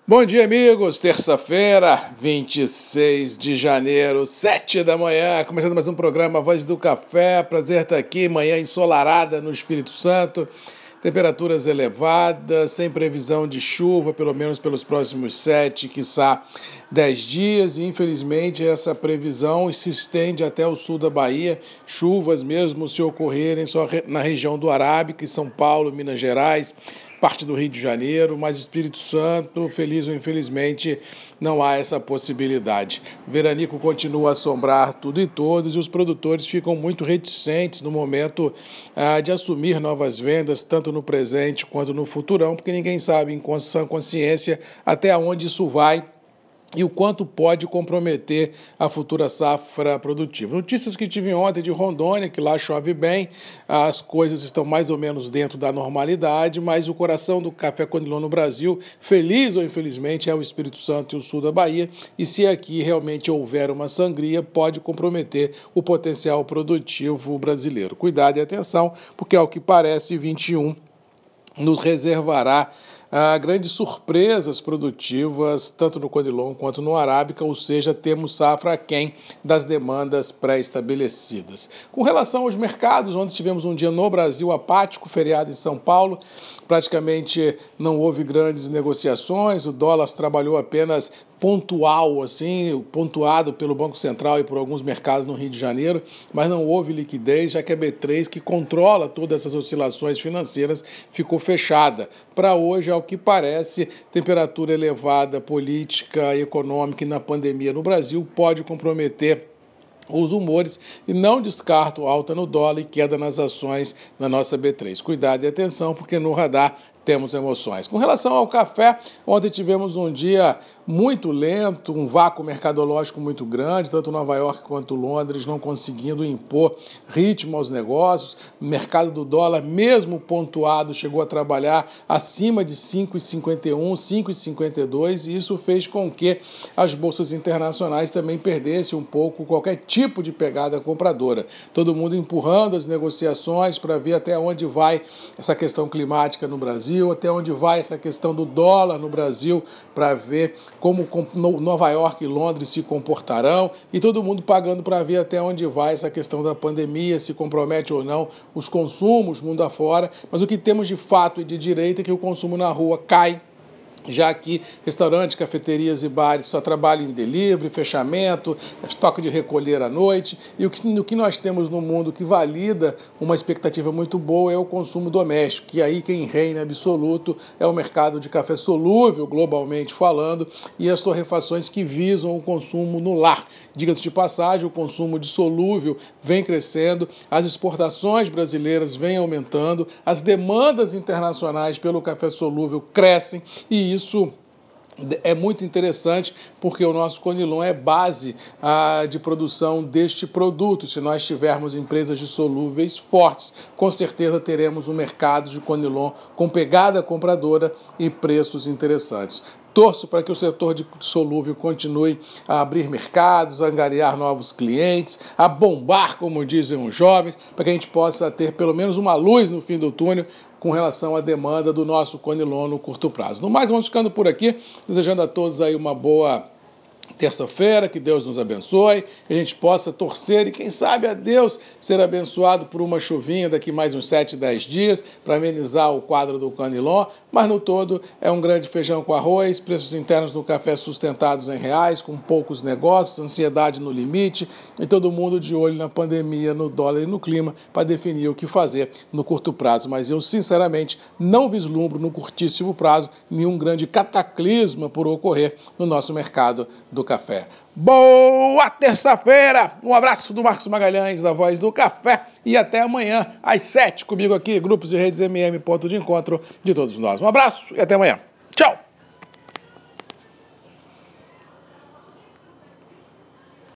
Bom dia, amigos. Terça-feira, 26 de janeiro, 7 da manhã, começando mais um programa Voz do Café. Prazer estar aqui, manhã ensolarada no Espírito Santo, temperaturas elevadas, sem previsão de chuva, pelo menos pelos próximos 7, quiçá 10 dias, e infelizmente essa previsão se estende até o sul da Bahia, chuvas mesmo se ocorrerem só na região do Arábica, em São Paulo, Minas Gerais, parte do Rio de Janeiro, mas Espírito Santo, feliz ou infelizmente, não há essa possibilidade. O veranico continua a assombrar tudo e todos e os produtores ficam muito reticentes no momento de assumir novas vendas, tanto no presente quanto no futurão, porque ninguém sabe em sã consciência até onde isso vai e o quanto pode comprometer a futura safra produtiva. Notícias que tive ontem de Rondônia, que lá chove bem, as coisas estão mais ou menos dentro da normalidade, mas o coração do café Conilon no Brasil, feliz ou infelizmente, é o Espírito Santo e o sul da Bahia, e se aqui realmente houver uma sangria, pode comprometer o potencial produtivo brasileiro. Cuidado e atenção, porque ao que parece, 21 nos reservará grandes surpresas produtivas, tanto no Conilon quanto no Arábica, ou seja, temos safra aquém das demandas pré-estabelecidas. Com relação aos mercados, onde tivemos um dia no Brasil apático, feriado em São Paulo, praticamente não houve grandes negociações, o dólar trabalhou apenas pontual, assim, pontuado pelo Banco Central e por alguns mercados no Rio de Janeiro, mas não houve liquidez, já que a B3, que controla todas essas oscilações financeiras, ficou fechada. Para hoje, ao que parece, temperatura elevada política e econômica e na pandemia no Brasil pode comprometer os humores e não descarto alta no dólar e queda nas ações na nossa B3. Cuidado e atenção, porque no radar temos emoções. Com relação ao café, ontem tivemos um dia muito lento, um vácuo mercadológico muito grande, tanto Nova York quanto Londres não conseguindo impor ritmo aos negócios. O mercado do dólar, mesmo pontuado, chegou a trabalhar acima de 5,51, 5,52, e isso fez com que as bolsas internacionais também perdessem um pouco qualquer tipo de pegada compradora. Todo mundo empurrando as negociações para ver até onde vai essa questão climática no Brasil, até onde vai essa questão do dólar no Brasil, para ver como Nova York e Londres se comportarão, e todo mundo pagando para ver até onde vai essa questão da pandemia, se compromete ou não os consumos mundo afora. Mas o que temos de fato e de direito é que o consumo na rua cai, já que restaurantes, cafeterias e bares só trabalham em delivery, fechamento, estoque de recolher à noite, e o que nós temos no mundo que valida uma expectativa muito boa é o consumo doméstico, que aí quem reina absoluto é o mercado de café solúvel, globalmente falando, e as torrefações que visam o consumo no lar. Diga-se de passagem, o consumo de solúvel vem crescendo, as exportações brasileiras vêm aumentando, as demandas internacionais pelo café solúvel crescem, e isso é muito interessante porque o nosso Conilon é base de produção deste produto. Se nós tivermos empresas de solúveis fortes, com certeza teremos um mercado de Conilon com pegada compradora e preços interessantes. Torço para que o setor de solúvel continue a abrir mercados, a angariar novos clientes, a bombar, como dizem os jovens, para que a gente possa ter pelo menos uma luz no fim do túnel com relação à demanda do nosso Conilon no curto prazo. No mais, vamos ficando por aqui, desejando a todos aí uma boa terça-feira, que Deus nos abençoe, que a gente possa torcer e, quem sabe, a Deus ser abençoado por uma chuvinha daqui mais uns 7, 10 dias para amenizar o quadro do Conilon, mas no todo é um grande feijão com arroz, preços internos do café sustentados em reais, com poucos negócios, ansiedade no limite e todo mundo de olho na pandemia, no dólar e no clima para definir o que fazer no curto prazo. Mas eu, sinceramente, não vislumbro no curtíssimo prazo nenhum grande cataclisma por ocorrer no nosso mercado do café. Boa terça-feira! Um abraço do Marcos Magalhães, da Voz do Café, e até amanhã, às 7, comigo aqui, Grupos e Redes MM, ponto de encontro de todos nós. Um abraço e até amanhã. Tchau!